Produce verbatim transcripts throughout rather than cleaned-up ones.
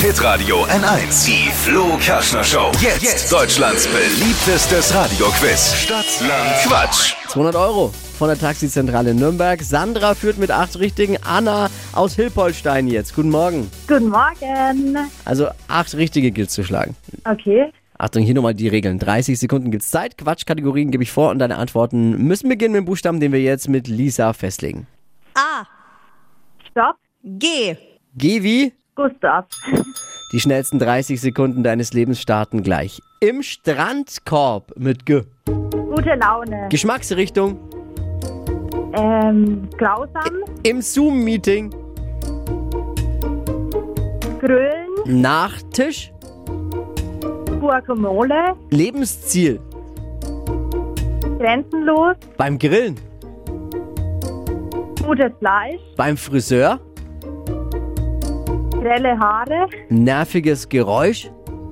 Hitradio N eins. Die Flo Kerschner Show. Jetzt, Jetzt. Deutschlands beliebtestes Radioquiz. Stadt, Land, Quatsch. zweihundert Euro von der Taxizentrale Nürnberg. Sandra führt mit acht Richtigen. Anna aus Hilpoltstein jetzt. Guten Morgen. Guten Morgen. Also acht Richtige gilt zu schlagen. Okay. Achtung, hier nochmal die Regeln. dreißig Sekunden gibt's Zeit. Quatschkategorien gebe ich vor und deine Antworten müssen beginnen mit dem Buchstaben, den wir jetzt mit Lisa festlegen. A. Stopp. G. G wie? Gustav. Die schnellsten dreißig Sekunden deines Lebens starten gleich. Im Strandkorb mit G. Gute Laune. Geschmacksrichtung. Ähm, grausam. Im Zoom-Meeting. Grillen. Nachtisch. Guacamole. Lebensziel. Grenzenlos. Beim Grillen. Gutes Fleisch. Beim Friseur. Grelle Haare. Nerviges Geräusch.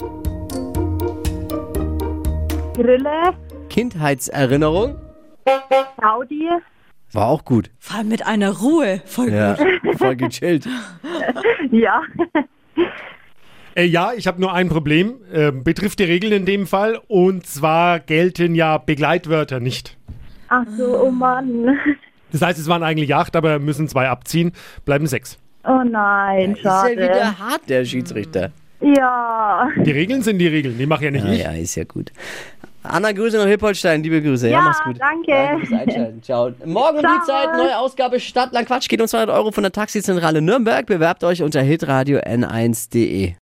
Grille. Kindheitserinnerung. Audi. War auch gut. Vor allem mit einer Ruhe. Voll Ja, gut. voll gechillt. Ja. Äh, ja, ich habe nur ein Problem. Äh, betrifft die Regeln in dem Fall. Und zwar gelten ja Begleitwörter nicht. Ach so, oh Mann. Das heißt, es waren eigentlich acht, aber müssen zwei abziehen. Bleiben sechs. Oh nein, Ist ja schade. wieder hart, der Schiedsrichter. Ja. Die Regeln sind die Regeln. Die mache ja nicht Ja, ich. ja, ist ja gut. Anna, Grüße nach Hippolstein. Liebe Grüße. Ja, Ja, mach's gut. danke. Danke fürs Einschalten. Ciao. Morgen um die Ciao. Zeit, neue Ausgabe Stadtland Quatsch. Geht um zweihundert Euro von der Taxizentrale Nürnberg. Bewerbt euch unter hitradio n eins punkt de.